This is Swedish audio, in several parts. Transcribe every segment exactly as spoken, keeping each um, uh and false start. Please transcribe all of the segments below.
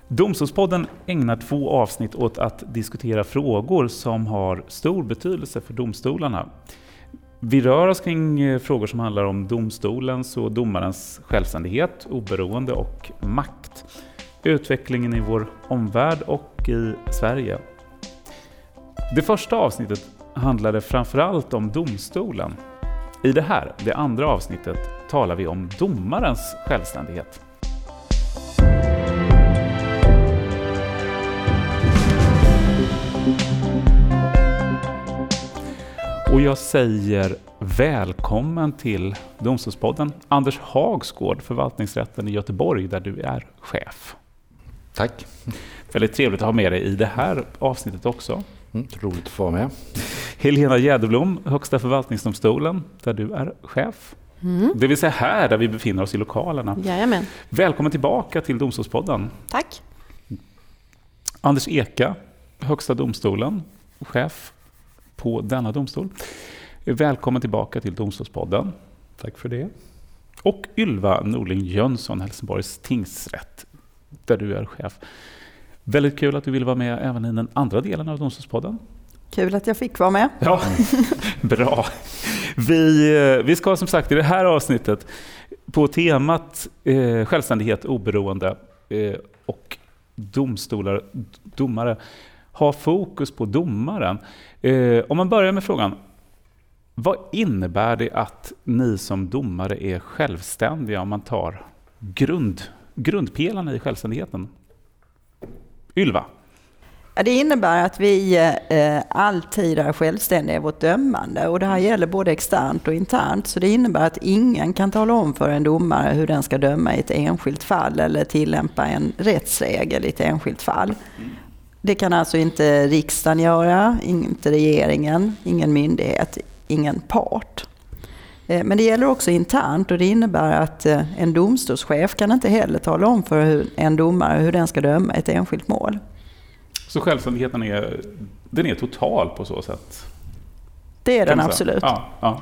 Domstolspodden ägnar två avsnitt åt att diskutera frågor som har stor betydelse för domstolarna. Vi rör oss kring frågor som handlar om domstolens och domarens självständighet, oberoende och makt. Utvecklingen i vår omvärld och i Sverige. Det första avsnittet handlade framförallt om domstolen. I det här, det andra avsnittet, talar vi om domarens självständighet. Och jag säger välkommen till Domstolspodden, Anders Hagsgård, förvaltningsrätten i Göteborg, där du är chef. Tack. Väldigt trevligt att ha med dig i det här avsnittet också. Mm, roligt att få vara med. Helena Jäderblom, Högsta förvaltningsdomstolen, där du är chef. Mm. Det vill säga här där vi befinner oss i lokalerna. Jajamän. Välkommen tillbaka till Domstolspodden. Tack. Anders Eka, Högsta domstolen, chef på denna domstol. Välkommen tillbaka till Domstolspodden. Tack för det. Och Ylva Norling Jönsson, Helsingborgs tingsrätt, där du är chef. Väldigt kul att du vill vara med även i den andra delen av Domstolspodden. Kul att jag fick vara med. Ja, bra. Vi, vi ska som sagt i det här avsnittet på temat eh, självständighet, oberoende eh, och domstolar, domare, ha fokus på domaren. Eh, om man börjar med frågan, vad innebär det att ni som domare är självständiga om man tar grund, grundpelarna i självständigheten? Ylva? Ja, det innebär att vi eh, alltid är självständiga i vårt dömande, och det här gäller både externt och internt. Så det innebär att ingen kan tala om för en domare hur den ska döma i ett enskilt fall eller tillämpa en rättsregel i ett enskilt fall. Det kan alltså inte riksdagen göra, inte regeringen, ingen myndighet, ingen part. Men det gäller också internt, och det innebär att en domstolschef kan inte heller tala om för hur en domare hur den ska döma ett enskilt mål. Så självständigheten är, den är total på så sätt? Det är den absolut. Ja, ja.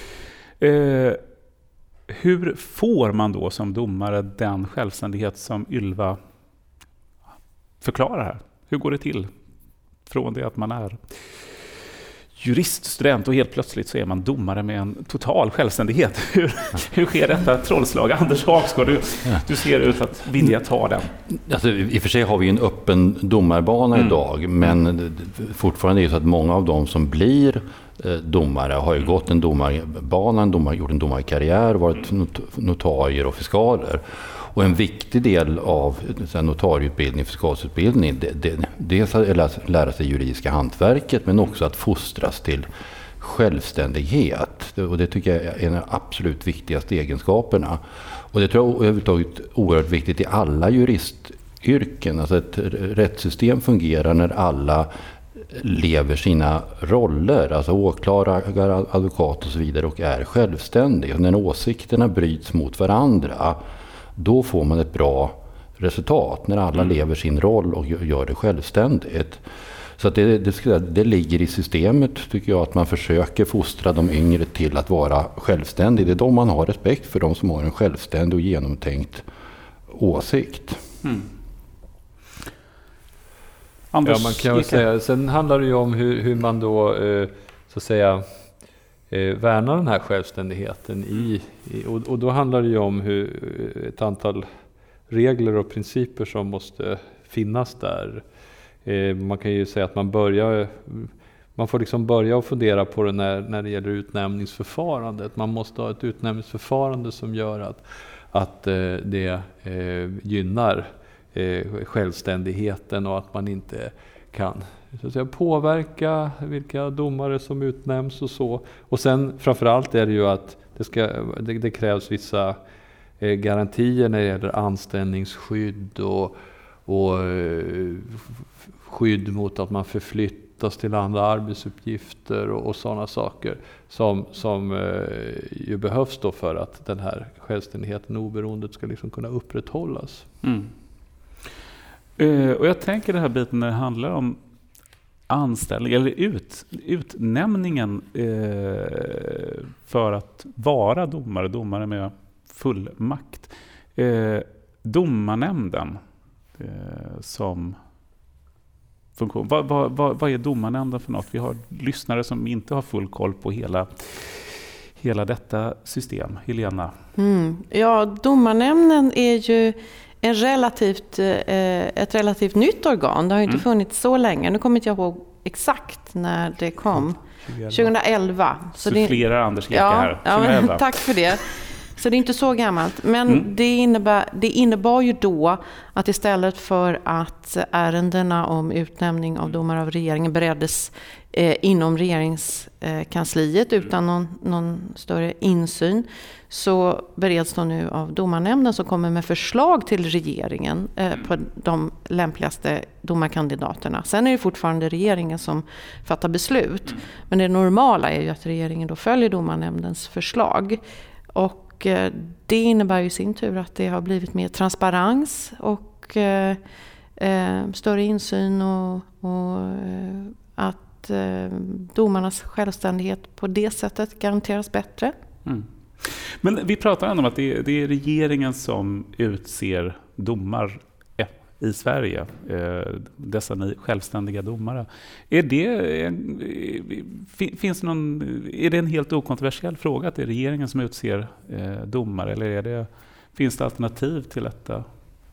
Eh, hur får man då som domare den självständighet som Ylva förklarar här? Hur går det till från det att man är juriststudent och helt plötsligt så är man domare med en total självständighet? Hur, hur sker detta trollslag? Anders Hagsgård, du, du ser ut att vilja ta den. Alltså, i och för sig har vi en öppen domarbana mm. idag, men fortfarande är det så att många av dem som blir eh, domare har ju gått en domarbana, en domar, gjort en domarkarriär, varit not- notarier och fiskaler. Och en viktig del av notarieutbildning, fiskalsutbildning, det, det, dels att lära sig juridiska hantverket, men också att fostras till självständighet. Och det tycker jag är en av de absolut viktigaste egenskaperna. Och det tror jag är överhuvudtaget oerhört viktigt i alla juristyrken. Alltså ett rättssystem fungerar när alla lever sina roller, alltså åklagare, advokat och så vidare, och är självständiga. Och när åsikterna bryts mot varandra, då får man ett bra resultat när alla mm. lever sin roll och gör det självständigt. Så att det, det, det ligger i systemet, tycker jag, att man försöker fostra de yngre till att vara självständiga. Det är då man har respekt för de som har en självständig och genomtänkt åsikt. Mm. Anders, ja, man kan väl säga, sen handlar det ju om hur, hur man då eh, så att säga Eh, värna den här självständigheten i, i och, och då handlar det ju om hur ett antal regler och principer som måste finnas där. Eh, man kan ju säga att man börjar man får liksom börja och fundera på det när, när det gäller utnämningsförfarandet. Man måste ha ett utnämningsförfarande som gör att, att eh, det eh, gynnar eh, självständigheten, och att man inte kan så att säga påverka vilka domare som utnämns och så. Och sen framförallt är det ju att det, ska, det, det krävs vissa eh, garantier när det gäller anställningsskydd och, och eh, skydd mot att man förflyttas till andra arbetsuppgifter och, och sådana saker som, som eh, ju behövs då för att den här självständigheten och oberoendet ska liksom kunna upprätthållas. Mm. Uh, och jag tänker den här biten när det handlar om anställning eller ut, utnämningen eh, för att vara domare, domare med full makt. Eh, domarnämnden, eh, som funktion. Vad, vad, vad, vad är domarnämnden för något? Vi har lyssnare som inte har full koll på hela, hela detta system. Helena? Mm. Ja, domarnämnden är ju en relativt, eh, ett relativt nytt organ. Det har ju inte mm. funnits så länge. Nu kommer inte jag ihåg exakt när det kom. tjugoelva. Så det flera Anders Leka ja, här. Ja, men, tack för det. Så det är inte så gammalt. Men mm. det, innebär, det innebar ju då att istället för att ärendena om utnämning av domare av regeringen bereddes eh, inom regeringskansliet mm. utan någon, någon större insyn, så bereds de nu av domarnämnden som kommer med förslag till regeringen eh, på de lämpligaste domarkandidaterna. Sen är det fortfarande regeringen som fattar beslut. Mm. Men det normala är ju att regeringen då följer domarnämndens förslag. Och det innebär ju i sin tur att det har blivit mer transparens och eh, eh, större insyn och, och eh, att eh, domarnas självständighet på det sättet garanteras bättre. Mm. Men vi pratar ändå om att det är, det är regeringen som utser domar i Sverige, eh, dessa ni självständiga domare. Är det, en, finns någon, är det en helt okontroversiell fråga att det är regeringen som utser eh, domare, eller är det, finns det alternativ till detta?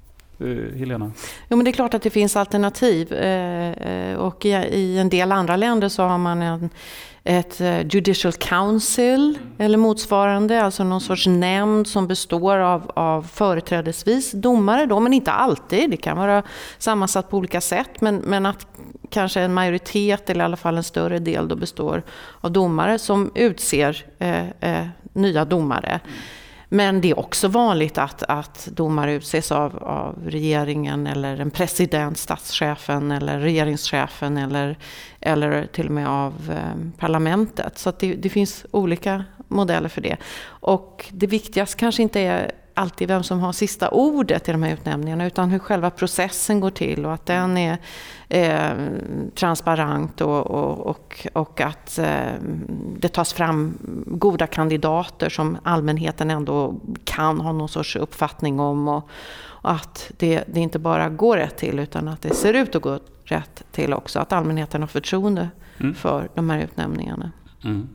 Eh, Helena? Jo, men det är klart att det finns alternativ eh, och i, i en del andra länder så har man en ett judicial council eller motsvarande, alltså någon sorts nämnd som består av, av företrädesvis domare då, men inte alltid. Det kan vara sammansatt på olika sätt, men, men att kanske en majoritet eller i alla fall en större del då består av domare som utser eh, eh, nya domare. Men det är också vanligt att, att domare utses av, av regeringen eller en president, statschefen eller regeringschefen eller, eller till och med av eh, parlamentet. Så att det, det finns olika modeller för det. Och det viktigaste kanske inte är alltid vem som har sista ordet i de här utnämningarna, utan hur själva processen går till och att den är eh, transparent och, och, och, och att eh, det tas fram goda kandidater som allmänheten ändå kan ha någon sorts uppfattning om, och, och att det, det inte bara går rätt till utan att det ser ut att gå rätt till också, att allmänheten har förtroende mm. för de här utnämningarna. Mm.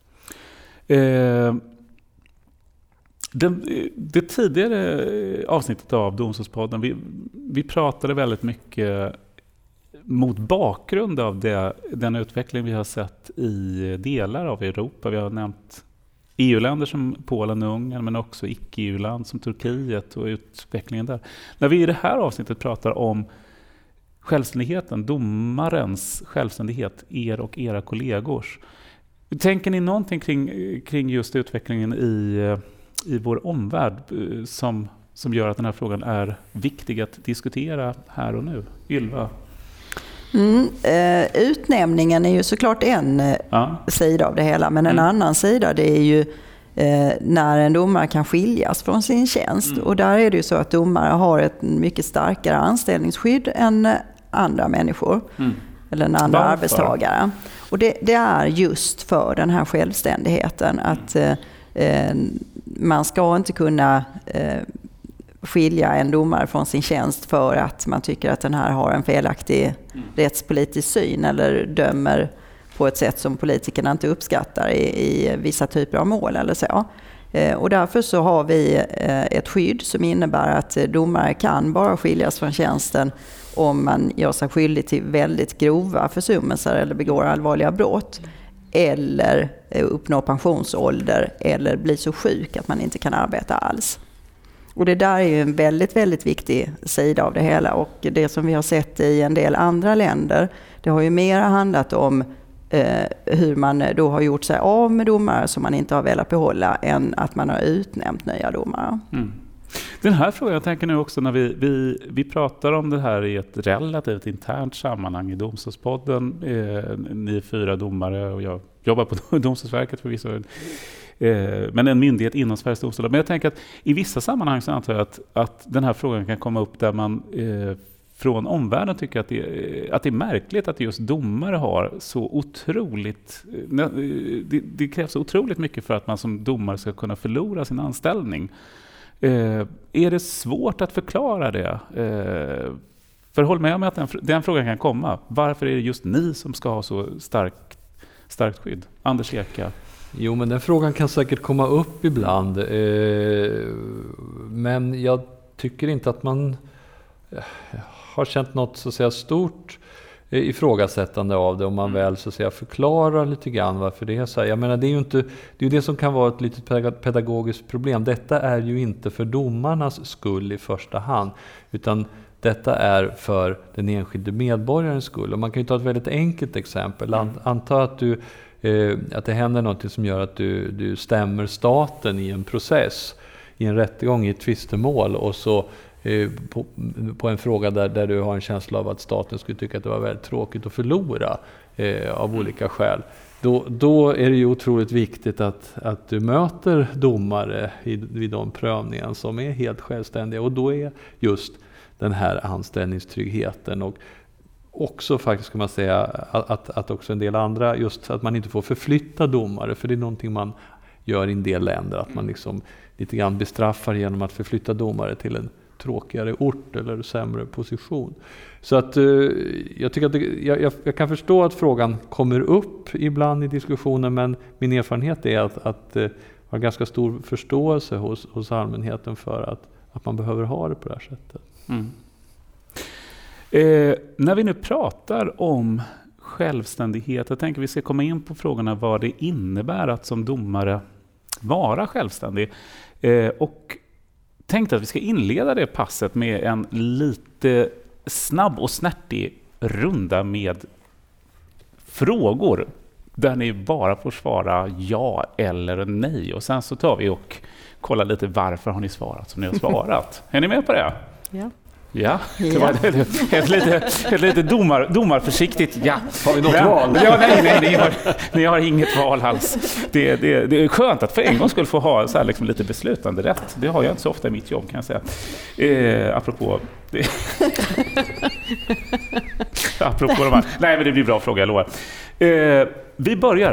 Eh. Den, det tidigare avsnittet av Domstolspodden, vi, vi pratade väldigt mycket mot bakgrund av det, den utveckling vi har sett i delar av Europa. Vi har nämnt E U-länder som Polen och Ungern, men också icke-E U-land som Turkiet och utvecklingen där. När vi i det här avsnittet pratar om självständigheten, domarens självständighet, er och era kollegors. Tänker ni någonting kring, kring just utvecklingen i i vår omvärld som, som gör att den här frågan är viktig att diskutera här och nu? Ylva? Mm, eh, utnämningen är ju såklart en ja. sida av det hela, men en mm. annan sida det är ju eh, när en domare kan skiljas från sin tjänst. Mm. Och där är det ju så att domare har ett mycket starkare anställningsskydd än andra människor mm. eller en andra Varför? arbetstagare. Och det, det är just för den här självständigheten att eh, man ska inte kunna eh, skilja en domare från sin tjänst för att man tycker att den här har en felaktig mm. rättspolitisk syn eller dömer på ett sätt som politikerna inte uppskattar i, i vissa typer av mål eller så. Eh, och därför så har vi eh, ett skydd som innebär att domare kan bara skiljas från tjänsten om man gör sig skyldig till väldigt grova försummelser eller begår allvarliga brott. Eller uppnå pensionsålder eller bli så sjuk att man inte kan arbeta alls. Och det där är ju en väldigt, väldigt viktig sida av det hela. Och det som vi har sett i en del andra länder, det har ju mer handlat om eh, hur man då har gjort sig av med domare som man inte har velat behålla än att man har utnämnt nya domare. Mm. Den här frågan, jag tänker nu också när vi, vi, vi pratar om det här i ett relativt internt sammanhang i Domstolspodden. Eh, ni är fyra domare och jag jobbar på Domstolsverket förvisso. Eh, men en myndighet inom Sveriges domstolar. Men jag tänker att i vissa sammanhang så antar jag att, att den här frågan kan komma upp där man eh, från omvärlden tycker att det, att det är märkligt att just domare har så otroligt... Det, det krävs så otroligt mycket för att man som domare ska kunna förlora sin anställning. Eh, är det svårt att förklara det? Eh, för håll med om att den, den frågan kan komma. Varför är det just ni som ska ha så starkt, starkt skydd? Anders Eka. Jo, men den frågan kan säkert komma upp ibland. Eh, men jag tycker inte att man har känt något så att säga stort ifrågasättande av det om man väl så att säga förklarar lite grann varför det är så här. Jag menar, det är ju inte, det är det som kan vara ett litet pedagogiskt problem. Detta är ju inte för domarnas skull i första hand, utan detta är för den enskilde medborgarens skull. Och man kan ju ta ett väldigt enkelt exempel. Anta att du eh, att det händer något som gör att du, du stämmer staten i en process, i en rättegång, i ett tvistemål, och så På, på en fråga där, där du har en känsla av att staten skulle tycka att det var väldigt tråkigt att förlora eh, av olika skäl. Då, då är det ju otroligt viktigt att, att du möter domare i, vid de prövningarna som är helt självständiga. Och då är just den här anställningstryggheten och också faktiskt kan man säga att, att också en del andra, just att man inte får förflytta domare, för det är någonting man gör i en del länder, att man liksom lite grann bestraffar genom att förflytta domare till en tråkigare ort eller sämre position. Så att eh, jag tycker att det, jag, jag kan förstå att frågan kommer upp ibland i diskussionen, men min erfarenhet är att, att eh, har ganska stor förståelse hos, hos allmänheten för att, att man behöver ha det på det här sättet. Mm. Eh, när vi nu pratar om självständighet, jag tänker vi ska komma in på frågorna vad det innebär att som domare vara självständig. Eh, och tänkte att vi ska inleda det passet med en lite snabb och snärtig runda med frågor där ni bara får svara ja eller nej. Och sen så tar vi och kollar lite varför har ni svarat som ni har svarat. Är ni med på det? Ja. Ja, det var ett, ett lite, ett lite domar, domarförsiktigt ja. Har vi något Men, val? Ja, nej, nej, ni har, ni har inget val alls. Det, det, det är skönt att för en gång skulle få ha så här liksom lite beslutande rätt. Det har jag inte så ofta i mitt jobb, kan jag säga. Eh, apropå det. apropå de här. Nej, men det blir bra fråga, jag lovar. Eh, vi börjar.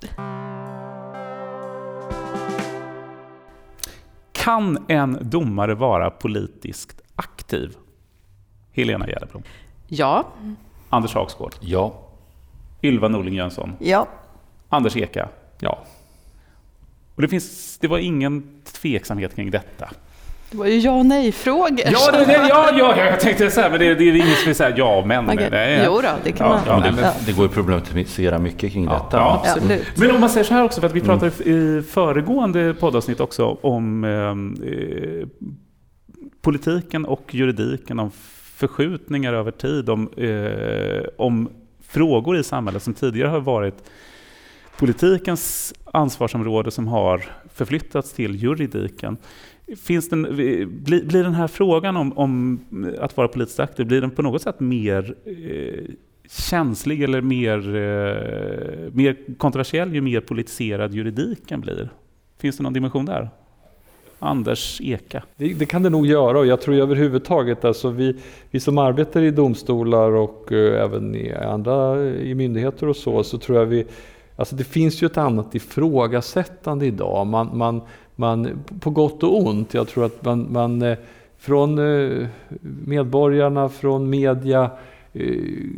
Kan en domare vara politiskt aktiv? Helena Jäderblom. Ja. Anders Hagsgård. Ja. Ylva Norling Jönsson. Ja. Anders Eka. Ja. Och det, finns, det var ingen tveksamhet kring detta. Det var ju ja och nej-frågor. Ja, det, det, ja, ja, jag tänkte så här, men det, det är ingen som vill säga ja, men. Okay. Det, jo då, det kan ja, man. ja, det, ja. det går att problematisera mycket kring Ja, detta. ja, absolut. Men om man säger så här också, för att vi pratade i föregående poddavsnitt också om eh, politiken och juridiken, om förskjutningar över tid, om, eh, om frågor i samhället som tidigare har varit politikens ansvarsområde som har förflyttats till juridiken. Finns den, blir, blir den här frågan om, om att vara politiskt aktiv, blir den på något sätt mer eh, känslig eller mer, eh, mer kontroversiell ju mer politiserad juridiken blir? Finns det någon dimension där? Anders Eka. Det, det kan det nog göra, och jag tror överhuvudtaget alltså vi, vi som arbetar i domstolar och uh, även i andra i myndigheter och så, så tror jag vi, alltså det finns ju ett annat ifrågasättande idag. Man, man, man, på gott och ont, jag tror att man, man eh, från eh, medborgarna, från media eh,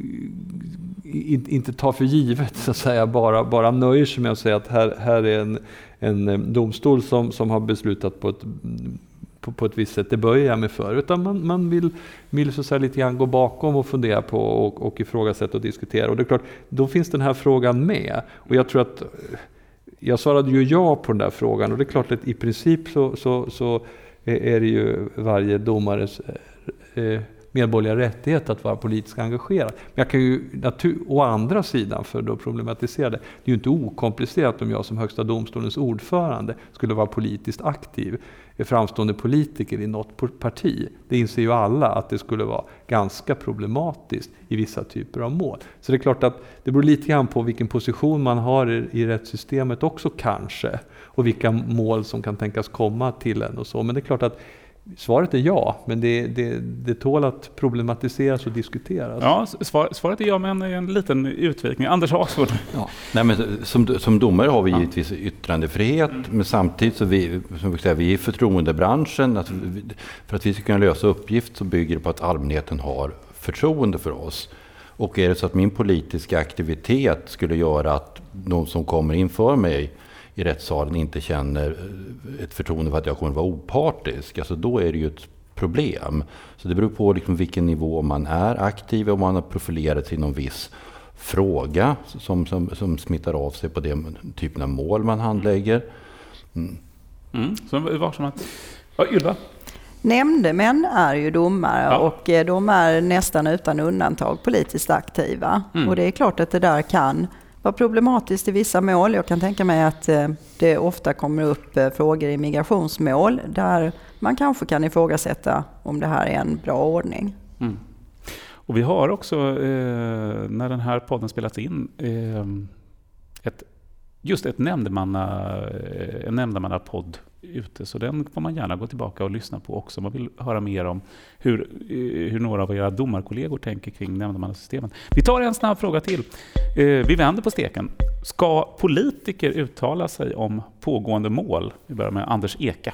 inte tar för givet så att säga, bara, bara nöjer sig med att säga att här, här är en, en domstol som, som har beslutat på ett, på, på ett visst sätt. Det böjer jag mig för. Utan man, man vill, vill så att säga lite grann gå bakom och fundera på och, och ifrågasätta och diskutera. Och det är klart, då finns den här frågan med. Och jag tror att jag svarade ju ja på den där frågan. Och det är klart att i princip så, så, så är det ju varje domares eh, medborgerliga rättighet att vara politiskt engagerad. Men jag kan ju natur- å andra sidan, för då problematisera det, det är ju inte okomplicerat om jag som högsta domstolens ordförande skulle vara politiskt aktiv, framstående politiker i något parti. Det inser ju alla att det skulle vara ganska problematiskt i vissa typer av mål. Så det är klart att det beror lite grann på vilken position man har i, i rättssystemet också kanske, och vilka mål som kan tänkas komma till en och så. Men det är klart att Svaret är ja, men det, det, det tål att problematiseras och diskuteras. Ja, svar, svaret är ja, men en liten utvikning. Anders Hagsgård. Ja. Nej, men som, som domare har vi ja. givetvis yttrandefrihet, mm. men samtidigt så vi, som vi, säger, vi är i förtroendebranschen. Att vi, för att vi ska kunna lösa uppgift så bygger det på att allmänheten har förtroende för oss. Och är det så att min politiska aktivitet skulle göra att någon som kommer inför mig i rättssalen inte känner ett förtroende för att jag kommer att vara opartisk, alltså då är det ju ett problem. Så det beror på liksom vilken nivå man är aktiv, om man har profilerat sig i någon viss fråga som, som, som smittar av sig på den typen av mål man handlägger. Mm. Mm. Så var som att... Ja, Ylva? Nämndemän är ju domare ja. och de är nästan utan undantag politiskt aktiva. Mm. Och det är klart att det där kan vara problematiskt i vissa mål. Jag kan tänka mig att det ofta kommer upp frågor i migrationsmål där man kanske kan ifrågasätta om det här är en bra ordning. Mm. Och vi har också, eh, när den här podden spelats in, eh, ett, just ett nämndemanna, en nämndemannapodd ute. Så den får man gärna gå tillbaka och lyssna på också. Man vill höra mer om hur, hur några av era domarkollegor tänker kring nämndemannasystemet. Vi tar en snabb fråga till. Eh, vi vänder på steken. Ska politiker uttala sig om pågående mål? Vi börjar med Anders Eka.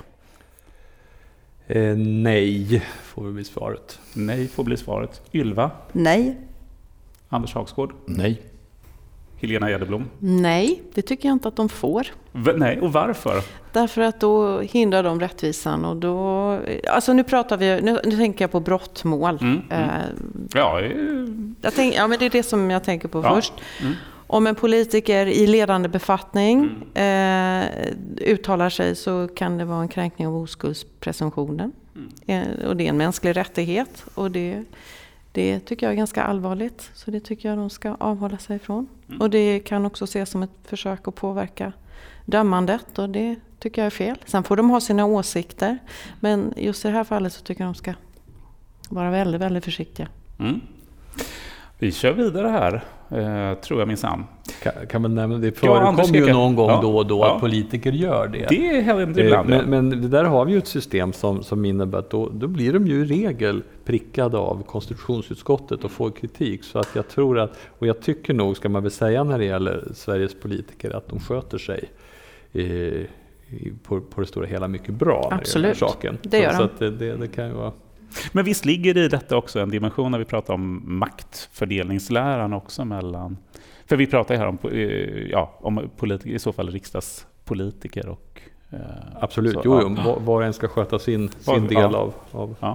Eh, nej, får bli svaret. Nej, får bli svaret. Ylva? Nej. Anders Hagsgård? Nej. Helena Gäderblom? Nej, det tycker jag inte att de får. V- nej, och varför? Därför att då hindrar de rättvisan och då... Alltså nu pratar vi... Nu, nu tänker jag på brottmål. Mm, mm. Eh, ja, eh. jag tänk, ja, men det är det som jag tänker på ja. först. Mm. Om en politiker i ledande befattning mm. eh, uttalar sig så kan det vara en kränkning av oskuldspresumtionen. Mm. Eh, och det är en mänsklig rättighet och det... Det tycker jag är ganska allvarligt, så det tycker jag de ska avhålla sig ifrån. Mm. Och det kan också ses som ett försök att påverka dömandet och det tycker jag är fel. Sen får de ha sina åsikter, men just i det här fallet så tycker jag de ska vara väldigt, väldigt försiktiga. Mm. Vi kör vidare här, eh, tror jag minsann. Kan, kan man nämna, det förekommer ju någon gång ja, då och då ja. att politiker gör det. Det händer ibland. Men, men det där har vi ju ett system som, som innebär att då, då blir de ju i regel prickade av konstitutionsutskottet och får kritik. Så att jag tror att, och jag tycker nog, ska man väl säga när det gäller Sveriges politiker, att de sköter sig i, på, på det stora hela mycket bra. Absolut, det, saken. det gör så, de. så att det, det, det kan ju vara... Men visst ligger det i detta också en dimension när vi pratar om maktfördelningsläran också mellan... För vi pratar här om, ja, om politiker, i så fall riksdagspolitiker och... Eh, Absolut, så, jo, ja. var, var en ska sköta sin, sin var, del ja. av... av. Ja.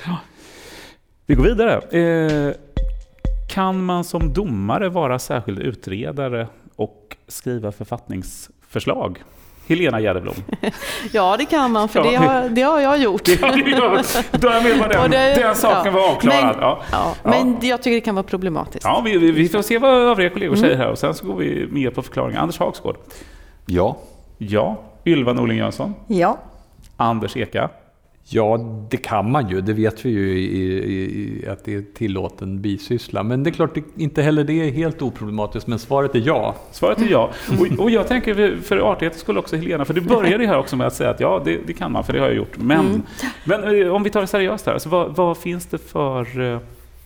Vi går vidare. Eh, kan man som domare vara särskild utredare och skriva författningsförslag? Helena Gäderblom. Ja, det kan man, för ja, det, har, det har jag gjort. Det har du gjort. Då är jag med på den, det, den saken ja. var avklarad. Men, ja. Ja, ja. men jag tycker det kan vara problematiskt. Ja, vi, vi får se vad övriga kollegor mm. säger här och sen så går vi mer på förklaringen. Anders Hagsgård. Ja. Ja. Ylva Norling Jönsson. Ja. Anders Eka. Ja, det kan man ju. Det vet vi ju i, i, i att det är tillåten bisyssla. Men det är klart, det, inte heller det är helt oproblematiskt. Men svaret är ja. Svaret är ja. Och, och jag tänker för artighet skulle också Helena, för du började här också med att säga att ja, det, det kan man, för det har jag gjort. Men, mm. men om vi tar det seriöst här, så vad, vad finns det för...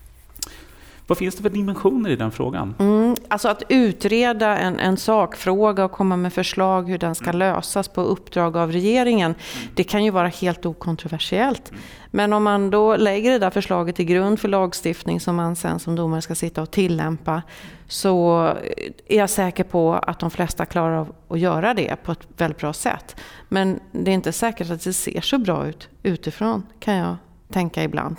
Vad finns det för dimensioner i den frågan? Mm, alltså att utreda en, en sakfråga och komma med förslag hur den ska lösas på uppdrag av regeringen, det kan ju vara helt okontroversiellt. Men om man då lägger det där förslaget till grund för lagstiftning som man sen som domare ska sitta och tillämpa, så är jag säker på att de flesta klarar av att göra det på ett väldigt bra sätt. Men det är inte säkert att det ser så bra ut utifrån, kan jag tänka ibland.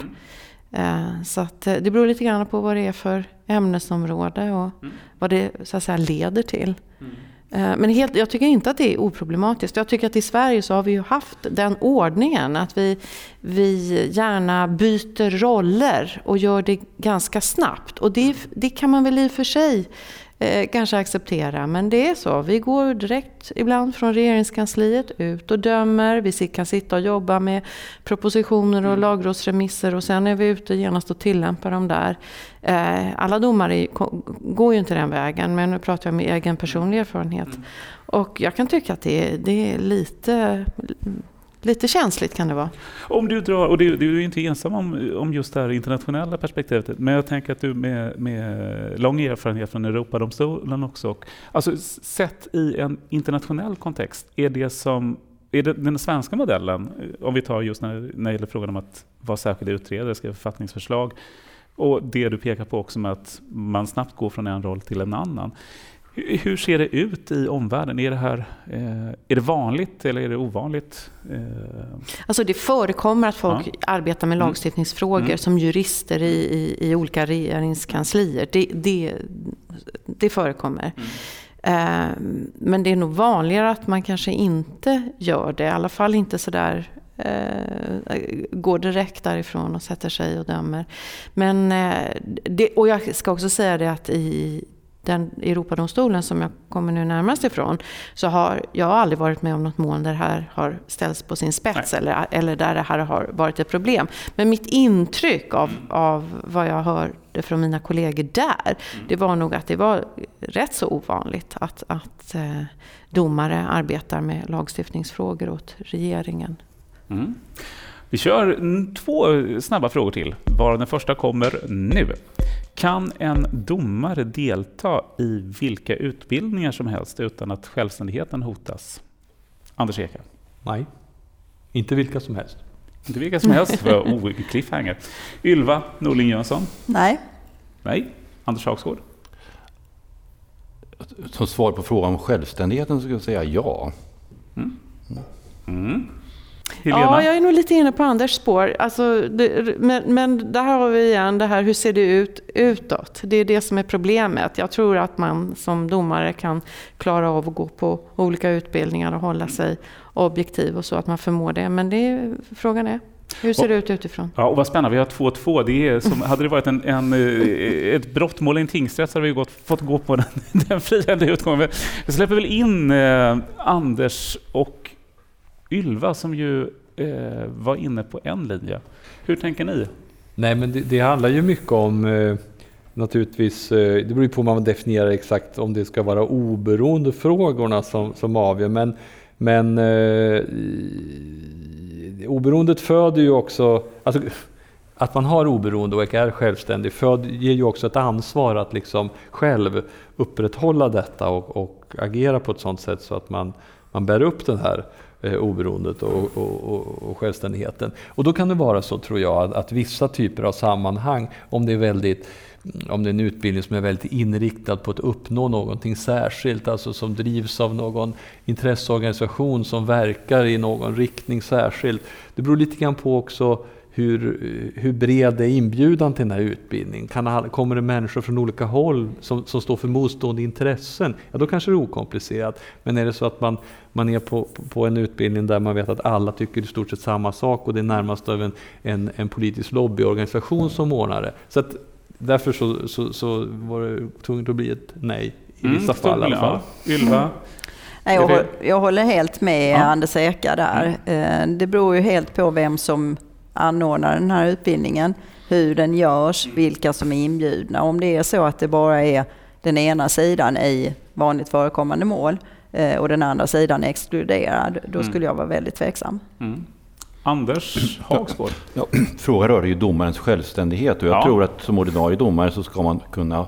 Så att det beror lite grann på vad det är för ämnesområde och mm. vad det så att säga leder till. Mm. Men helt, jag tycker inte att det är oproblematiskt. Jag tycker att i Sverige så har vi ju haft den ordningen att vi, vi gärna byter roller och gör det ganska snabbt. Och det, det kan man väl i och för sig eh, kanske acceptera, men det är så. Vi går direkt ibland från regeringskansliet ut och dömer. Vi kan sitta och jobba med propositioner och mm. lagrådsremisser och sen är vi ute genast och tillämpar dem där. Eh, alla domare går ju inte den vägen, men nu pratar jag med egen personlig erfarenhet. Mm. Och jag kan tycka att det är, det är lite, lite känsligt kan det vara. Om du drar, och du, du är ju inte ensam om, om just det här internationella perspektivet, men jag tänker att du med, med lång erfarenhet från Europadomstolen också, och, alltså sett i en internationell kontext, är det som är det den svenska modellen, om vi tar just när, när det gäller frågan om att vara särskild utredare, skriva författningsförslag, och det du pekar på också med att man snabbt går från en roll till en annan. Hur, hur ser det ut i omvärlden? Är det, här, eh, är det vanligt eller är det ovanligt? Eh... Alltså det förekommer att folk ja. arbetar med lagstiftningsfrågor mm. som jurister i, i, i olika regeringskanslier. Det, det, det förekommer. Mm. Men det är nog vanligare att man kanske inte gör det. I alla fall inte så där eh, går direkt därifrån och sätter sig och dömer. Men eh, det, och jag ska också säga det att i den Europadomstolen som jag kommer nu närmast ifrån, så har jag aldrig varit med om något mål där det här har ställts på sin spets eller, eller där det här har varit ett problem. Men mitt intryck av, av vad jag hörde från mina kollegor där, mm. det var nog att det var rätt så ovanligt att, att eh, domare arbetar med lagstiftningsfrågor åt regeringen. Mm. Vi kör två snabba frågor till, varav den första kommer nu. Kan en domare delta i vilka utbildningar som helst utan att självständigheten hotas? Anders Eka. Nej, inte vilka som helst. Inte vilka som helst, för oh, cliffhanger. Ylva Norling Jönsson. Nej. Nej. Anders Hagsgård. Som svar på frågan om självständigheten så ska jag säga ja. Mm. Mm. Helena? Ja, jag är nog lite inne på Anders spår. Alltså, det, men, men där har vi igen det här, hur ser det ut utåt? Det är det som är problemet. Jag tror att man som domare kan klara av att gå på olika utbildningar och hålla sig objektiv och så att man förmår det. Men det är, frågan är, hur ser och, det ut utifrån? Ja, och vad spännande, vi har två två. Det är som, hade det varit en, en, ett brottmål i en tingsrätt så hade vi gått, fått gå på den, den friande utgången. Jag släpper väl in eh, Anders och Ylva som ju eh, var inne på en linje. Hur tänker ni? Nej, men det, det handlar ju mycket om eh, naturligtvis, eh, det beror på hur man definierar exakt om det ska vara oberoende frågorna som, som avgör. Men, men eh, oberoendet föder ju också, alltså, att man har oberoende och är självständig föd, ger ju också ett ansvar att liksom själv upprätthålla detta och, och agera på ett sådant sätt så att man, man bär upp den här eh, oberoendet och, och, och, och självständigheten. Och då kan det vara så, tror jag, att, att vissa typer av sammanhang, om det är väldigt om det är en utbildning som är väldigt inriktad på att uppnå någonting särskilt, alltså som drivs av någon intresseorganisation som verkar i någon riktning särskilt. Det beror lite grann på också hur, hur bred är inbjudan till den här utbildningen. Kan, kommer det människor från olika håll som, som står för motstående intressen? Ja, då kanske det är okomplicerat. Men är det så att man, man är på, på en utbildning där man vet att alla tycker i stort sett samma sak och det är närmast av en, en, en politisk lobbyorganisation som ordnar det. Så att därför så, så, så var det tvunget att bli ett nej i vissa mm, fall i alla fall. Ja. Ylva? Jag, jag håller helt med ja. Anders Eka där. Mm. Det beror ju helt på vem som anordnar den här utbildningen, hur den görs, vilka som är inbjudna. Om det är så att det bara är den ena sidan i vanligt förekommande mål och den andra sidan är exkluderad, då skulle jag vara väldigt tveksam. Mm. Anders Hagsgård. Ja, frågan rör ju domarens självständighet och jag ja. tror att som ordinarie domare så ska man kunna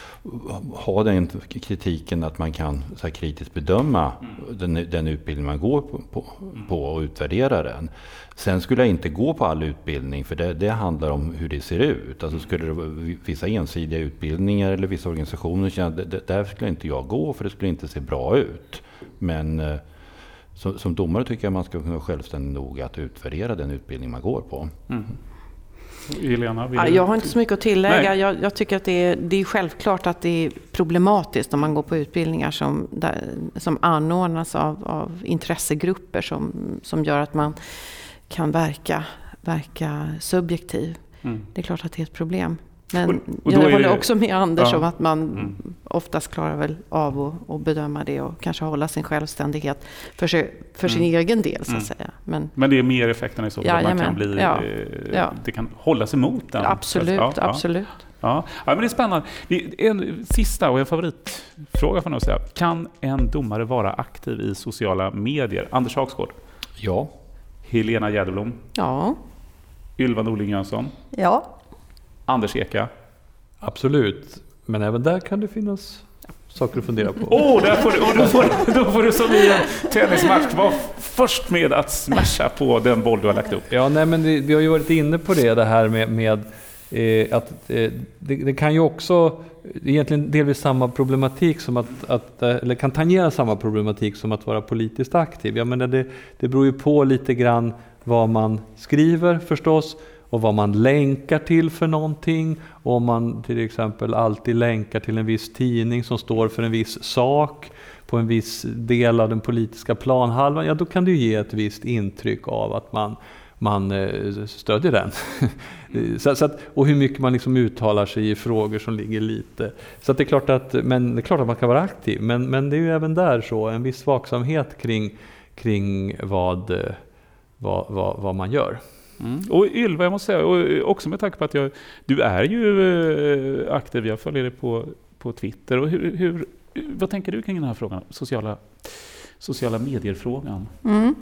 ha den kritiken att man kan så här, kritiskt bedöma mm. den, den utbildning man går på, på, på och utvärdera den. Sen skulle jag inte gå på all utbildning för det, det handlar om hur det ser ut. Alltså skulle det vara vissa ensidiga utbildningar eller vissa organisationer känna det, där skulle inte jag gå för det skulle inte se bra ut. Men som, som domare tycker jag man ska kunna vara självständig nog att utvärdera den utbildning man går på. Mm. Helena, ja, jag har inte så mycket att tillägga. Jag, jag tycker att det är, det är självklart att det är problematiskt om man går på utbildningar som, där, som anordnas av, av intressegrupper som, som gör att man kan verka, verka subjektiv. Mm. Det är klart att det är ett problem. Men och, och jag håller det, också med Anders ja. om att man mm. oftast klarar väl av att, att bedöma det och kanske hålla sin självständighet för, sig, för sin mm. egen del så att mm. säga. Men, men det är mer effekterna i så fall ja, man kan bli, ja. Eh, ja. det kan hållas emot den. Absolut, ja, absolut. Ja. Ja, men det är spännande. En sista och en favoritfråga får jag säga. Kan en domare vara aktiv i sociala medier? Anders Hagsgård? Ja. Helena Jäderblom. Ja. Ylva Norling Jönsson. Ja. Anders Eka. Absolut. Men även där kan det finnas saker att fundera på. Åh, oh, där får du, oh, då, får, då får du som i en tennismatch vara först med att smasha på den boll du har lagt upp. Ja, nej, men det, vi har ju varit inne på det, det här med, med eh, att eh, det, det kan ju också egentligen delvis samma problematik som att, att, eller kan tangera samma problematik som att vara politiskt aktiv. Jag menar, det, det beror ju på lite grann vad man skriver förstås, och vad man länkar till för någonting. Och om man till exempel alltid länkar till en viss tidning som står för en viss sak på en viss del av den politiska planhalvan, ja, då kan det ju ge ett visst intryck av att man, man stödjer den. så, så att, och hur mycket man liksom uttalar sig i frågor som ligger lite. Så att det är klart att, men det är klart att man kan vara aktiv, men, men det är ju även där så en viss vaksamhet kring, kring vad, vad, vad, vad man gör. Mm. Och Ylva, jag måste säga, och också med tanke på att jag, du är ju aktiv, jag följer dig på, på Twitter. Och hur, hur, vad tänker du kring den här frågan, sociala, sociala medier-frågan? Mm.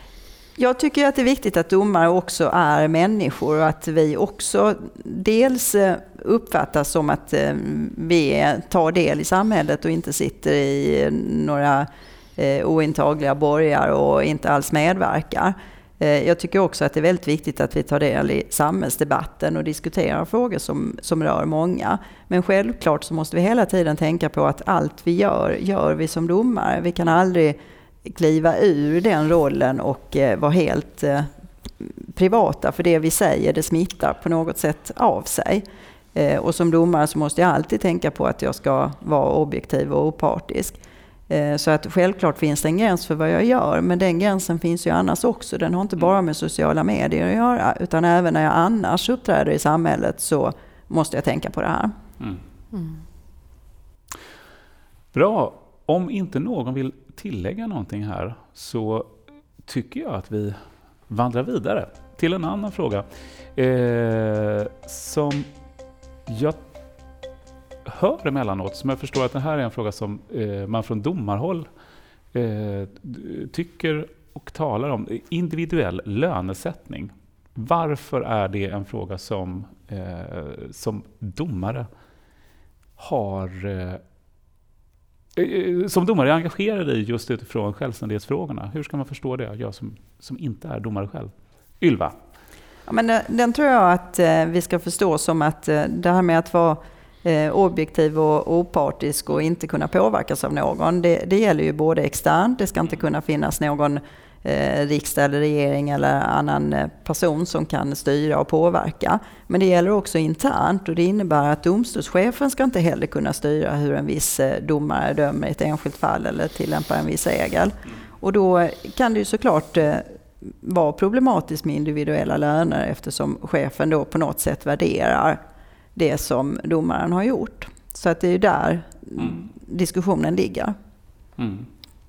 Jag tycker att det är viktigt att domare också är människor och att vi också dels uppfattas som att vi tar del i samhället och inte sitter i några ointagliga borgar och inte alls medverkar. Jag tycker också att det är väldigt viktigt att vi tar del i samhällsdebatten och diskuterar frågor som, som rör många. Men självklart så måste vi hela tiden tänka på att allt vi gör, gör vi som domare. Vi kan aldrig kliva ur den rollen och eh, vara helt eh, privata, för det vi säger, det smittar på något sätt av sig. Eh, och som domare så måste jag alltid tänka på att jag ska vara objektiv och opartisk. Så att självklart finns det en gräns för vad jag gör, men den gränsen finns ju annars också. Den har inte bara med sociala medier att göra, utan även när jag annars uppträder i samhället så måste jag tänka på det här. Mm. Mm. Bra. Om inte någon vill tillägga någonting här så tycker jag att vi vandrar vidare till en annan fråga eh, som jag hör emellanåt, som jag förstår att det här är en fråga som eh, man från domarhåll eh, tycker och talar om. Individuell lönesättning. Varför är det en fråga som, eh, som domare har eh, som domare är engagerad i just utifrån självständighetsfrågorna? Hur ska man förstå det? Jag som, som inte är domare själv. Ylva? Ja, men den, den tror jag att eh, vi ska förstå som att eh, det här med att vara Eh, objektiv och opartisk och inte kunna påverkas av någon. Det, det gäller ju både externt, det ska inte kunna finnas någon eh, riksdag eller regering eller annan eh, person som kan styra och påverka. Men det gäller också internt, och det innebär att domstolschefen ska inte heller kunna styra hur en viss eh, domare dömer i ett enskilt fall eller tillämpar en viss regel. Och då kan det ju såklart eh, vara problematiskt med individuella löner, eftersom chefen då på något sätt värderar det som domaren har gjort. Så att det är ju där mm. diskussionen ligger. Mm.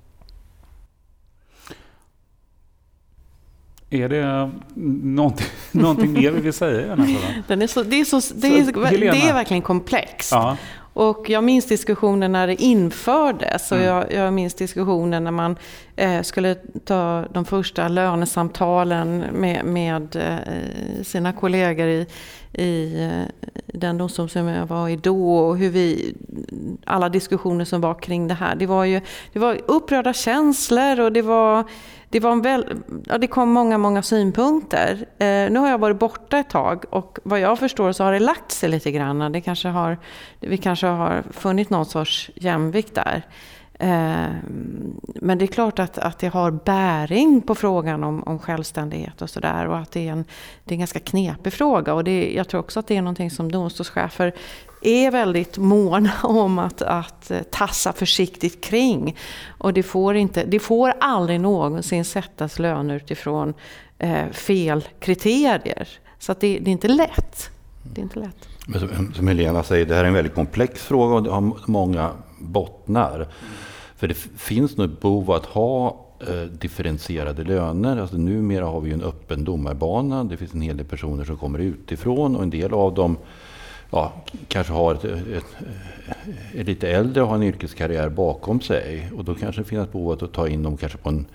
Är det någonting, någonting mer vi vill säga i den här frågan? Den är så, det, är så, det, är, så, det är verkligen komplext. Ja. Och jag minns diskussionen när det infördes. Mm. Och jag, jag minns diskussionen när man eh, skulle ta de första lönesamtalen med, med eh, sina kollegor i, i eh, den domstol som jag var i då. Och hur vi, alla diskussioner som var kring det här. Det var ju det var upprörda känslor och det var... Det, var en väl, ja, det kom många, många synpunkter. Eh, nu har jag varit borta ett tag och vad jag förstår så har det lagt sig lite grann. Det kanske har, vi kanske har funnit någon sorts jämvikt där. Eh, men det är klart att, att det har bäring på frågan om, om självständighet och sådär. Och att det är en, det är en ganska knepig fråga. Och det, jag tror också att det är någonting som domstolschefer är väldigt måna om att, att tassa försiktigt kring. Och det får, inte, det får aldrig någonsin sättas löner utifrån eh, fel kriterier. Så att det, det är inte lätt. Det är inte lätt. Men som, som Helena säger, det här är en väldigt komplex fråga och det har många bottnar. Mm. För det finns nog ett behov att ha eh, differentierade löner. Alltså, numera har vi ju en öppen domarbana. Det finns en hel del personer som kommer utifrån och en del av dem ja, kanske har ett, ett, är lite äldre och har en yrkeskarriär bakom sig. Och då kanske det finns behov att ta in dem kanske på en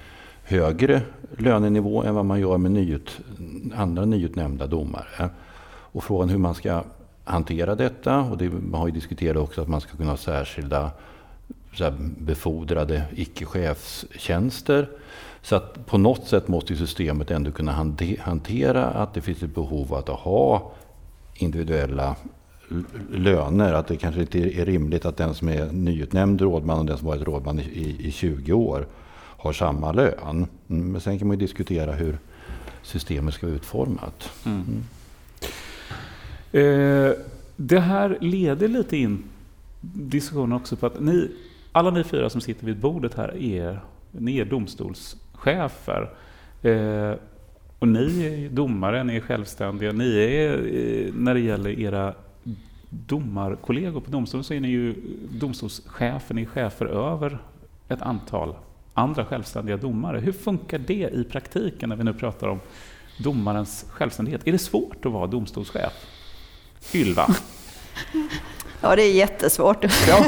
högre lönenivå än vad man gör med nyut, andra nyutnämnda domare. Och frågan hur man ska hantera detta, och det, man har ju diskuterat också att man ska kunna ha särskilda så här, befordrade icke-chefstjänster. Så att på något sätt måste systemet ändå kunna hantera att det finns ett behov att ha individuella löner. Att det kanske inte är rimligt att den som är nyutnämnd rådman och den som varit rådman i, i tjugo år har samma lön. Men sen kan man ju diskutera hur systemet ska vara utformat. Mm. Mm. Eh, det här leder lite in diskussionen också på att ni, alla ni fyra som sitter vid bordet här är, ni är domstolschefer. Eh, och ni är domare, ni är självständiga. Ni är, eh, när det gäller era domarkollegor på domstolen så är ni ju domstolschefer, ni är chefer över ett antal andra självständiga domare. Hur funkar det i praktiken när vi nu pratar om domarens självständighet? Är det svårt att vara domstolschef? Ylva? Ja, det är jättesvårt. Ja.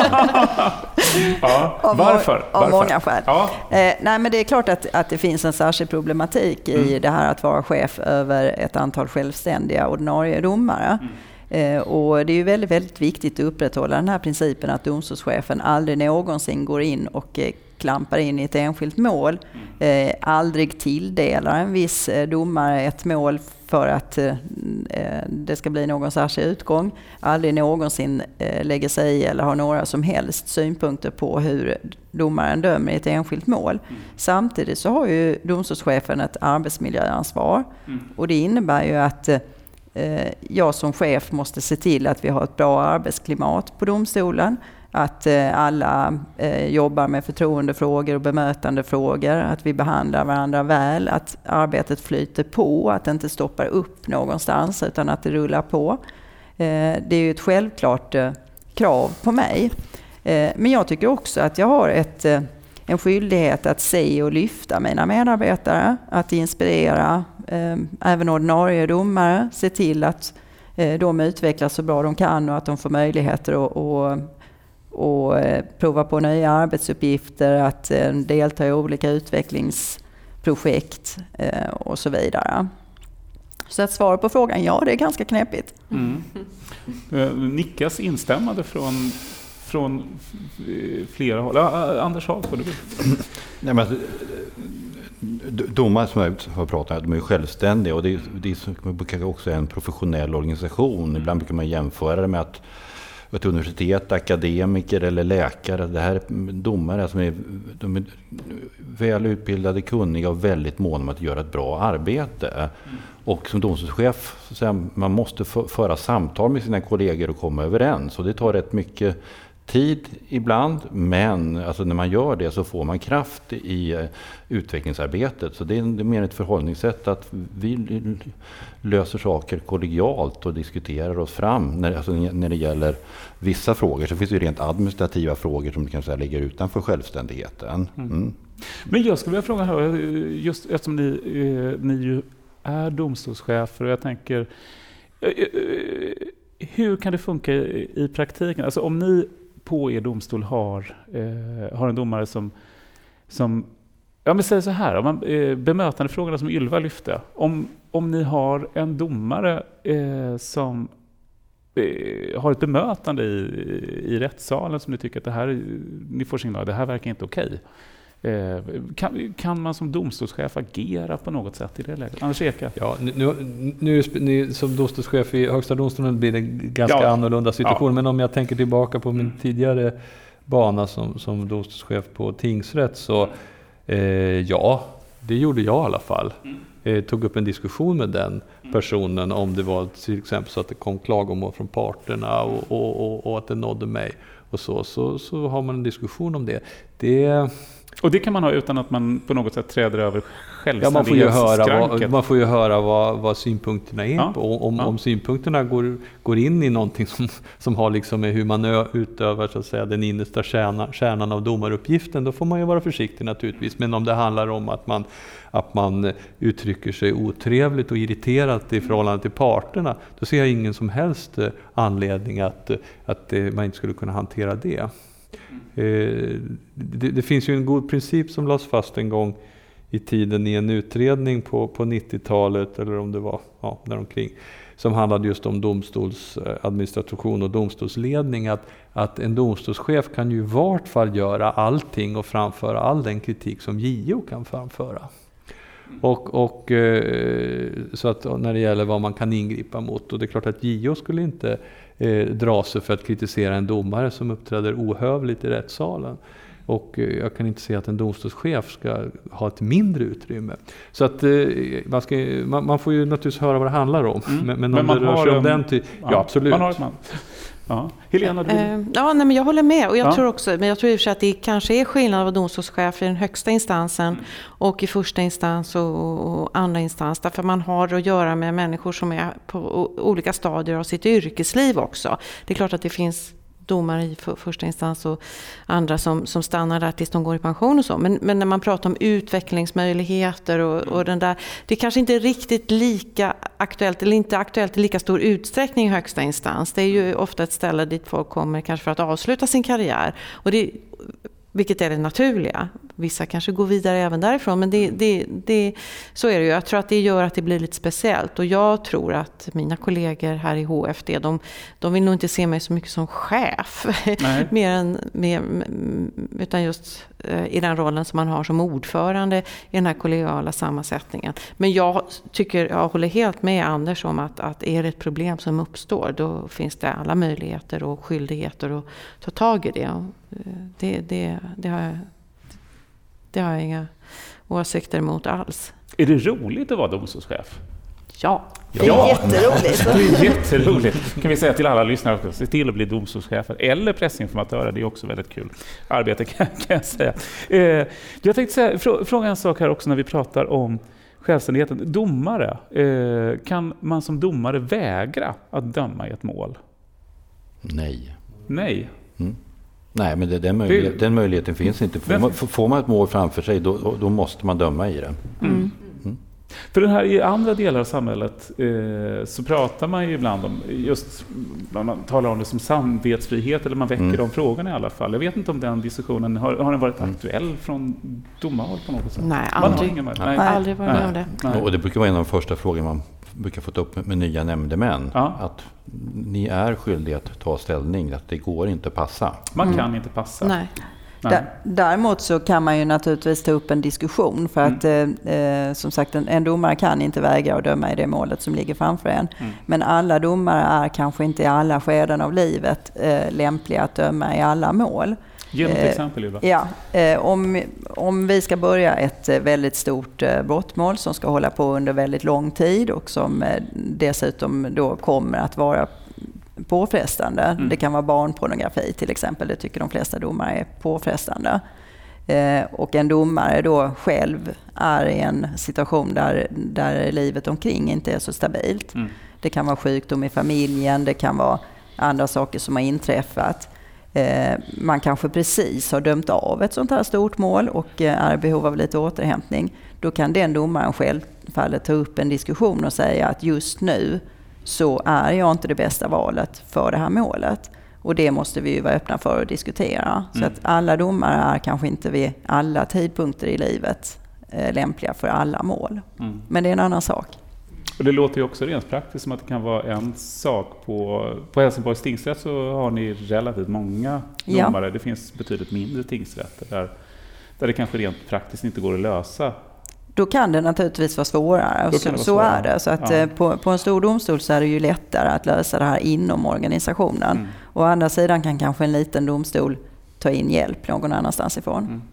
Ja. Av, Varför? Av Varför? många skäl. Ja. Eh, nej, men det är klart att, att det finns en särskild problematik i mm. det här att vara chef över ett antal självständiga ordinarie domare. Mm. Eh, och det är ju väldigt, väldigt viktigt att upprätthålla den här principen att domstolschefen aldrig någonsin går in och eh, klampar in i ett enskilt mål. Mm. Eh, aldrig tilldelar en viss eh, domare ett mål för att eh, det ska bli någon särskild utgång. Aldrig någonsin eh, lägger sig i eller har några som helst synpunkter på hur domaren dömer i ett enskilt mål. Mm. Samtidigt så har ju domstolschefen ett arbetsmiljöansvar. Mm. Och det innebär ju att eh, jag som chef måste se till att vi har ett bra arbetsklimat på domstolen. Att eh, alla eh, jobbar med förtroendefrågor och bemötandefrågor. Att vi behandlar varandra väl. Att arbetet flyter på. Att det inte stoppar upp någonstans utan att det rullar på. Eh, det är ju ett självklart eh, krav på mig. Eh, men jag tycker också att jag har ett, eh, en skyldighet att se och lyfta mina medarbetare. Att inspirera eh, även ordinarie domare. Se till att eh, de utvecklas så bra de kan och att de får möjligheter att och, och eh, prova på nya arbetsuppgifter, att eh, delta i olika utvecklingsprojekt eh, och så vidare. Så att svara på frågan, ja, det är ganska knepigt. Mm. Nickas instämmande från, från flera håll. Ja, Anders Hag, du vill? Nej, men domare som jag har pratat om, de är självständiga och det är, det är också en professionell organisation. Ibland brukar man jämföra det med att ett universitet, akademiker eller läkare, det här är domare som är, de är väl utbildade, kunniga och väldigt måna om att göra ett bra arbete. Mm. Och som domstolschef, så att säga, man måste föra samtal med sina kollegor och komma överens. Och det tar rätt mycket tid ibland, men alltså när man gör det så får man kraft i uh, utvecklingsarbetet. Så det är, det är mer ett förhållningssätt att vi löser saker kollegialt och diskuterar oss fram när, alltså när det gäller vissa frågor. Så finns det ju rent administrativa frågor som kanske ligger utanför självständigheten. Mm. Mm. Men jag skulle vilja fråga här, just eftersom ni, eh, ni ju är domstolschefer och jag tänker, eh, hur kan det funka i, i praktiken? Alltså om ni på er domstol har, eh, har en domare som, som ja men säger så här, om man, eh, bemötande frågorna som Ylva lyfte. Om, om ni har en domare eh, som eh, har ett bemötande i, i rättssalen som ni tycker att det här, ni får signal, det här verkar inte okej. Eh, kan, kan man som domstolschef agera på något sätt i det läget? Anders Eka? Ja, nu, nu, nu som domstolschef i Högsta domstolen blir det ganska ja. annorlunda situation. Ja. Men om jag tänker tillbaka på min tidigare bana som, som domstolschef på tingsrätt så eh, ja, det gjorde jag i alla fall. Eh, tog upp en diskussion med den personen om det var till exempel så att det kom klagomål från parterna och, och, och, och att det nådde mig och så, så, så har man en diskussion om det. Det Och det kan man ha utan att man på något sätt träder över självständighetsskranket. Ja, man får ju höra vad, man får ju höra vad, vad synpunkterna är. Ja. På. Om, ja. om synpunkterna går, går in i någonting som, som har liksom med hur man utövar så att säga, den innersta kärna, kärnan av domaruppgiften, då får man ju vara försiktig naturligtvis. Men om det handlar om att man, att man uttrycker sig otrevligt och irriterat i förhållande till parterna, då ser jag ingen som helst anledning att, att man inte skulle kunna hantera det. Eh, det, det finns ju en god princip som lades fast en gång i tiden i en utredning på, på nittiotalet eller om det var ja, däromkring, som handlade just om domstolsadministration och domstolsledning, att, att en domstolschef kan ju i vart fall göra allting och framföra all den kritik som J O kan framföra. Och, och så att när det gäller vad man kan ingripa mot, och det är klart att J O skulle inte eh, dra sig för att kritisera en domare som uppträder ohövligt i rättssalen. Och jag kan inte se att en domstolschef ska ha ett mindre utrymme. Så att man, ska, man, man får ju naturligtvis höra vad det handlar om. Mm. Men, men om men det rör sig om en, den typ, ja, ja absolut. Man har ett man. Ja. Helena, du... ja, nej, men jag håller med. Och jag ja. tror också, men jag tror i och för sig att det kanske är skillnad av domstolschef i den högsta instansen mm. och i första instans och, och andra instans. Därför man har att göra med människor som är på olika stadier av sitt yrkesliv också. Det är klart att det finns domare i för, första instans och andra som, som stannar där tills de går i pension och så. Men, men när man pratar om utvecklingsmöjligheter och, och den där, det kanske inte är riktigt lika aktuellt eller inte aktuellt i lika stor utsträckning i högsta instans. Det är ju ofta ett ställe dit folk kommer kanske för att avsluta sin karriär. Och det, vilket är det naturliga. Vissa kanske går vidare även därifrån, men det, det, det, så är det ju. Jag tror att det gör att det blir lite speciellt. Och jag tror att mina kollegor här i H F D, de, de vill nog inte se mig så mycket som chef. mer än, mer, utan just eh, i den rollen som man har som ordförande i den här kollegiala sammansättningen. Men jag tycker, jag håller helt med Anders om att, att är det ett problem som uppstår, då finns det alla möjligheter och skyldigheter att ta tag i det. Och, det, det, det har jag Det har jag inga åsikter emot alls. Är det roligt att vara domstolschef? Ja. Det är ja. jätteroligt. Det är jätteroligt. Kan vi säga till alla lyssnare också. Se till att bli domstolschefer eller pressinformatörer. Det är också väldigt kul arbete kan, kan jag säga. Eh, jag tänkte säga, frå, fråga en sak här också när vi pratar om självständigheten. Domare. Eh, kan man som domare vägra att döma i ett mål? Nej. Nej. Mm. Nej, men det, den, möjlighet, den möjligheten finns inte. Får man, får man ett mål framför sig, då, då måste man döma i det. Mm. Mm. För den här, i andra delar av samhället eh, så pratar man ju ibland om, just man talar om det som samvetsfrihet, eller man väcker mm. de frågorna i alla fall. Jag vet inte om den diskussionen, har, har den varit mm. aktuell från domarhåll på något sätt? Nej, aldrig. Man Nej. Nej. aldrig varit med om det. Nej. Och det brukar vara en av de första frågorna man brukar få upp med, med nya nämndemän. Ja. Att ni är skyldiga att ta ställning, att det går inte passa. Man mm. kan inte passa. Nej. Nej. Däremot så kan man ju naturligtvis ta upp en diskussion för att mm. eh, som sagt en, en domare kan inte vägra att döma i det målet som ligger framför en. Mm. Men alla domare är kanske inte i alla skeden av livet eh, lämpliga att döma i alla mål. Ge något eh, exempel, Ylva. Ja, eh, om, om vi ska börja ett väldigt stort eh, brottmål som ska hålla på under väldigt lång tid och som eh, dessutom då kommer att vara påfrestande. Mm. Det kan vara barnpornografi till exempel. Det tycker de flesta domare är påfrestande. Eh, och en domare då själv är i en situation där, där livet omkring inte är så stabilt. Mm. Det kan vara sjukdom i familjen, det kan vara andra saker som har inträffat. Eh, man kanske precis har dömt av ett sånt här stort mål och eh, är i behov av lite återhämtning. Då kan den domaren självfallet ta upp en diskussion och säga att just nu så är jag inte det bästa valet för det här målet. Och det måste vi ju vara öppna för att diskutera. Mm. Så att alla domare är kanske inte vid alla tidpunkter i livet eh, lämpliga för alla mål. Mm. Men det är en annan sak. Och det låter ju också rent praktiskt som att det kan vara en sak. På, på Helsingborgs tingsrätt så har ni relativt många domare. Ja. Det finns betydligt mindre tingsrätter där, där det kanske rent praktiskt inte går att lösa. Då kan det naturligtvis vara svårare. Och så, vara så är det. Så att ja. på, på en stor domstol så är det ju lättare att lösa det här inom organisationen. Mm. Å andra sidan kan kanske en liten domstol ta in hjälp någon annanstans ifrån. Mm.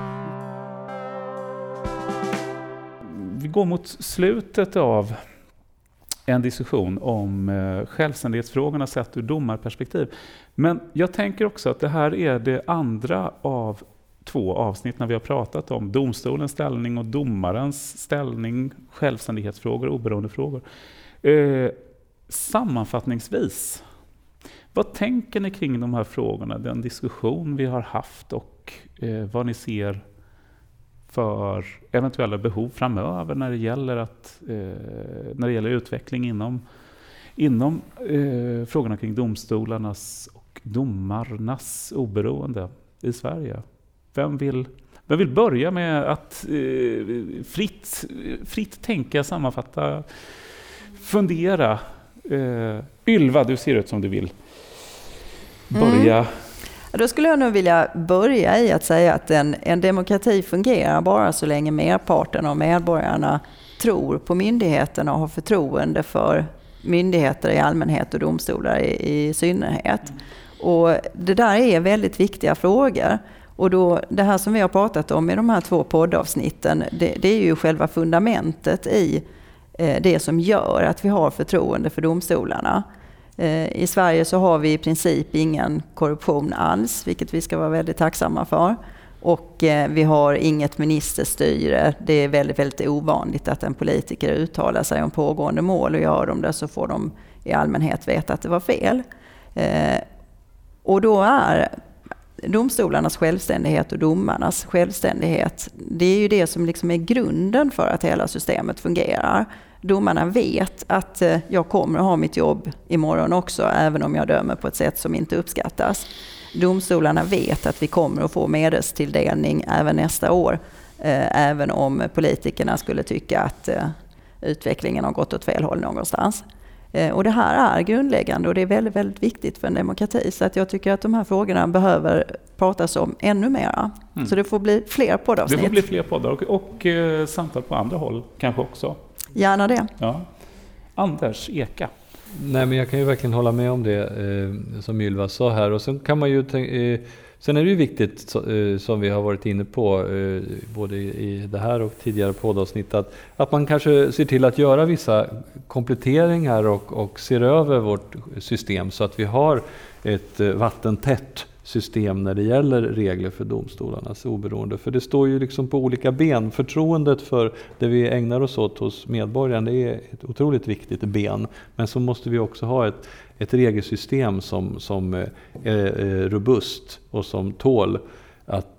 Vi går mot slutet av en diskussion om eh, självständighetsfrågorna sett ur domarperspektiv. Men jag tänker också att det här är det andra av två avsnitt när vi har pratat om domstolens ställning och domarens ställning, självständighetsfrågor och oberoendefrågor. Eh, sammanfattningsvis, vad tänker ni kring de här frågorna, den diskussion vi har haft och eh, vad ni ser för eventuella behov framöver när det gäller, att, eh, när det gäller utveckling inom, inom eh, frågorna kring domstolarnas och domarnas oberoende i Sverige? Vem vill, Jag vill börja med att eh, fritt, fritt tänka, sammanfatta, fundera. Eh, Ylva, du ser ut som du vill börja. Mm. Då skulle jag nog vilja börja i att säga att en, en demokrati fungerar bara så länge merparten av medborgarna tror på myndigheterna och har förtroende för myndigheter i allmänhet och domstolar i, i synnerhet. Och det där är väldigt viktiga frågor. Och då, det här som vi har pratat om i de här två poddavsnitten, det, det är ju själva fundamentet i eh, det som gör att vi har förtroende för domstolarna. Eh, I Sverige så har vi i princip ingen korruption alls, vilket vi ska vara väldigt tacksamma för. Och eh, vi har inget ministerstyre. Det är väldigt, väldigt ovanligt att en politiker uttalar sig om pågående mål, och gör de det så får de i allmänhet veta att det var fel. Eh, och då är domstolarnas självständighet och domarnas självständighet, det är ju det som liksom är grunden för att hela systemet fungerar. Domarna vet att jag kommer att ha mitt jobb imorgon också, även om jag dömer på ett sätt som inte uppskattas. Domstolarna vet att vi kommer att få medelstilldelning även nästa år, även om politikerna skulle tycka att utvecklingen har gått åt fel håll någonstans. Och det här är grundläggande och det är väldigt, väldigt viktigt för en demokrati. Så att jag tycker att de här frågorna behöver pratas om ännu mera. Mm. Så det får bli fler poddavsnitt. Det får bli fler poddar och, och eh, samtal på andra håll kanske också. Gärna det. Ja. Anders Eka. Nej, men jag kan ju verkligen hålla med om det eh, som Ylva sa här. Och sen kan man ju eh, sen är det ju viktigt så, eh, som vi har varit inne på eh, både i, i det här och tidigare poddavsnitt att, att man kanske ser till att göra vissa kompletteringar och, och ser över vårt system så att vi har ett eh, vattentätt system när det gäller regler för domstolarnas oberoende. För det står ju liksom på olika ben. Förtroendet för det vi ägnar oss åt hos medborgarna är ett otroligt viktigt ben. Men så måste vi också ha ett, ett regelsystem som, som är, är robust och som tål att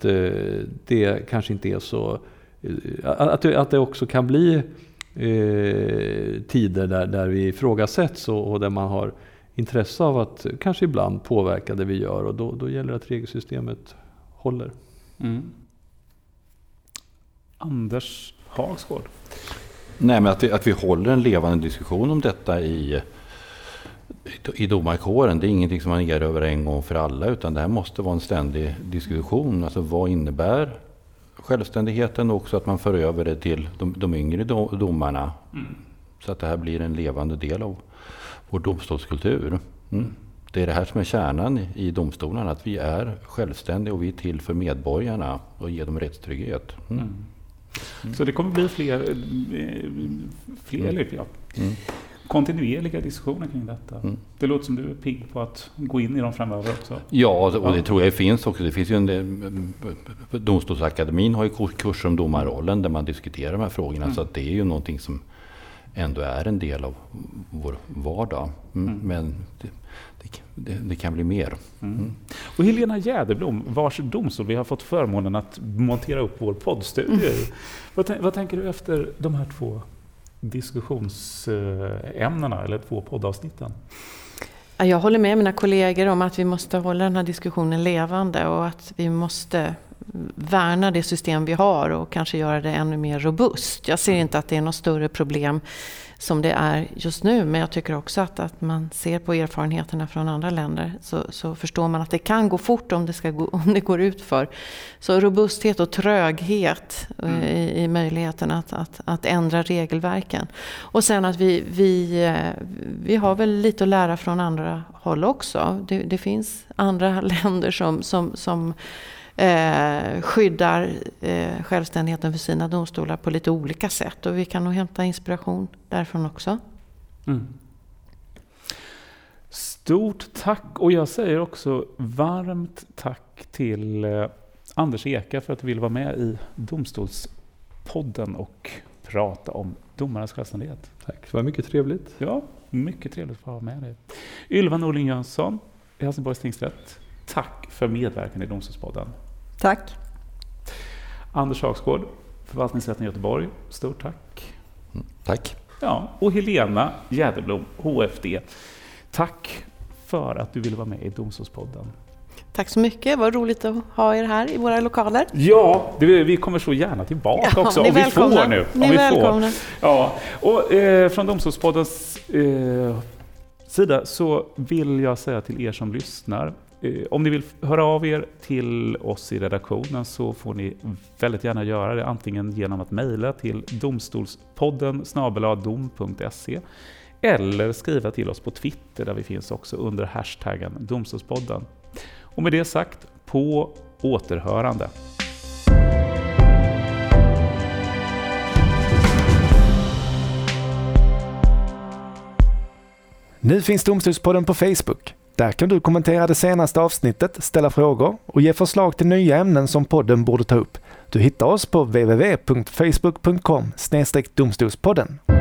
det kanske inte är så... Att det, att det också kan bli eh, tider där, där vi ifrågasätts och, och där man har intresse av att kanske ibland påverka det vi gör, och då, då gäller det att regelsystemet håller. Mm. Anders Hagsgård. Nej, men att vi, att vi håller en levande diskussion om detta i, i, i domarkåren, det är ingenting som man ger över en gång för alla, utan det här måste vara en ständig diskussion. Alltså vad innebär självständigheten, och också att man för över det till de, de yngre domarna. Mm. Så att det här blir en levande del av vår domstolskultur. Mm. Det är det här som är kärnan i domstolarna, att vi är självständiga och vi är till för medborgarna och ger dem rättstrygghet. Mm. Mm. Mm. Så det kommer bli fler, fler mm. ja, mm. kontinuerliga diskussioner kring detta. Mm. Det låter som du är pigg på att gå in i dem framöver också. Ja, och det tror jag finns också. Det finns ju en, Domstolsakademin har ju kurser om domarrollen där man diskuterar de här frågorna, mm. så att det är ju någonting som ändå är en del av vår vardag. Mm. Mm. Men det, det, det kan bli mer. Mm. Mm. Och Helena Jäderblom, vars domstol vi har fått förmånen att montera upp vår poddstudio i. Mm. Vad, vad tänker du efter de här två diskussionsämnena eller två poddavsnitten? Jag håller med mina kollegor om att vi måste hålla den här diskussionen levande och att vi måste värna det system vi har och kanske göra det ännu mer robust. Jag ser inte att det är något större problem som det är just nu, men jag tycker också att, att man ser på erfarenheterna från andra länder så, så förstår man att det kan gå fort om det, ska gå, om det går ut för. Så robusthet och tröghet mm. i, i möjligheten att, att, att ändra regelverken. Och sen att vi, vi, vi har väl lite att lära från andra håll också. Det, det finns andra länder som, som, som Eh, skyddar eh, självständigheten för sina domstolar på lite olika sätt, och vi kan nog hämta inspiration därifrån också. Mm. Stort tack, och jag säger också varmt tack till eh, Anders Eka för att du vill vara med i Domstolspodden och prata om domarnas självständighet. Tack, det var mycket trevligt. Ja, mycket trevligt att få vara med dig. Ylva Norling Jönsson i Helsingborgs tingsrätt. Tack för medverkan i Domstolspodden. Tack. Anders Hagsgård, förvaltningsrätten i Göteborg. Stort tack. Mm, tack. Ja, och Helena Jäderblom, H F D. Tack för att du ville vara med i Domstolspodden. Tack så mycket, vad roligt att ha er här i våra lokaler. Ja, det, vi kommer så gärna tillbaka ja, också, om vi får nu. Ni är vi välkomna. Får. Ja, och eh, från Domstolspoddens eh, sida så vill jag säga till er som lyssnar, eh, om ni vill höra av er till oss i redaktionen så får ni väldigt gärna göra det, antingen genom att mejla till domstolspodden snabel-a dom punkt se eller skriva till oss på Twitter där vi finns också under hashtaggen Domstolspodden. Och med det sagt, på återhörande. Nu finns Domstolspodden på Facebook. Där kan du kommentera det senaste avsnittet, ställa frågor och ge förslag till nya ämnen som podden borde ta upp. Du hittar oss på w w w punkt facebook punkt com slash domstolspodden.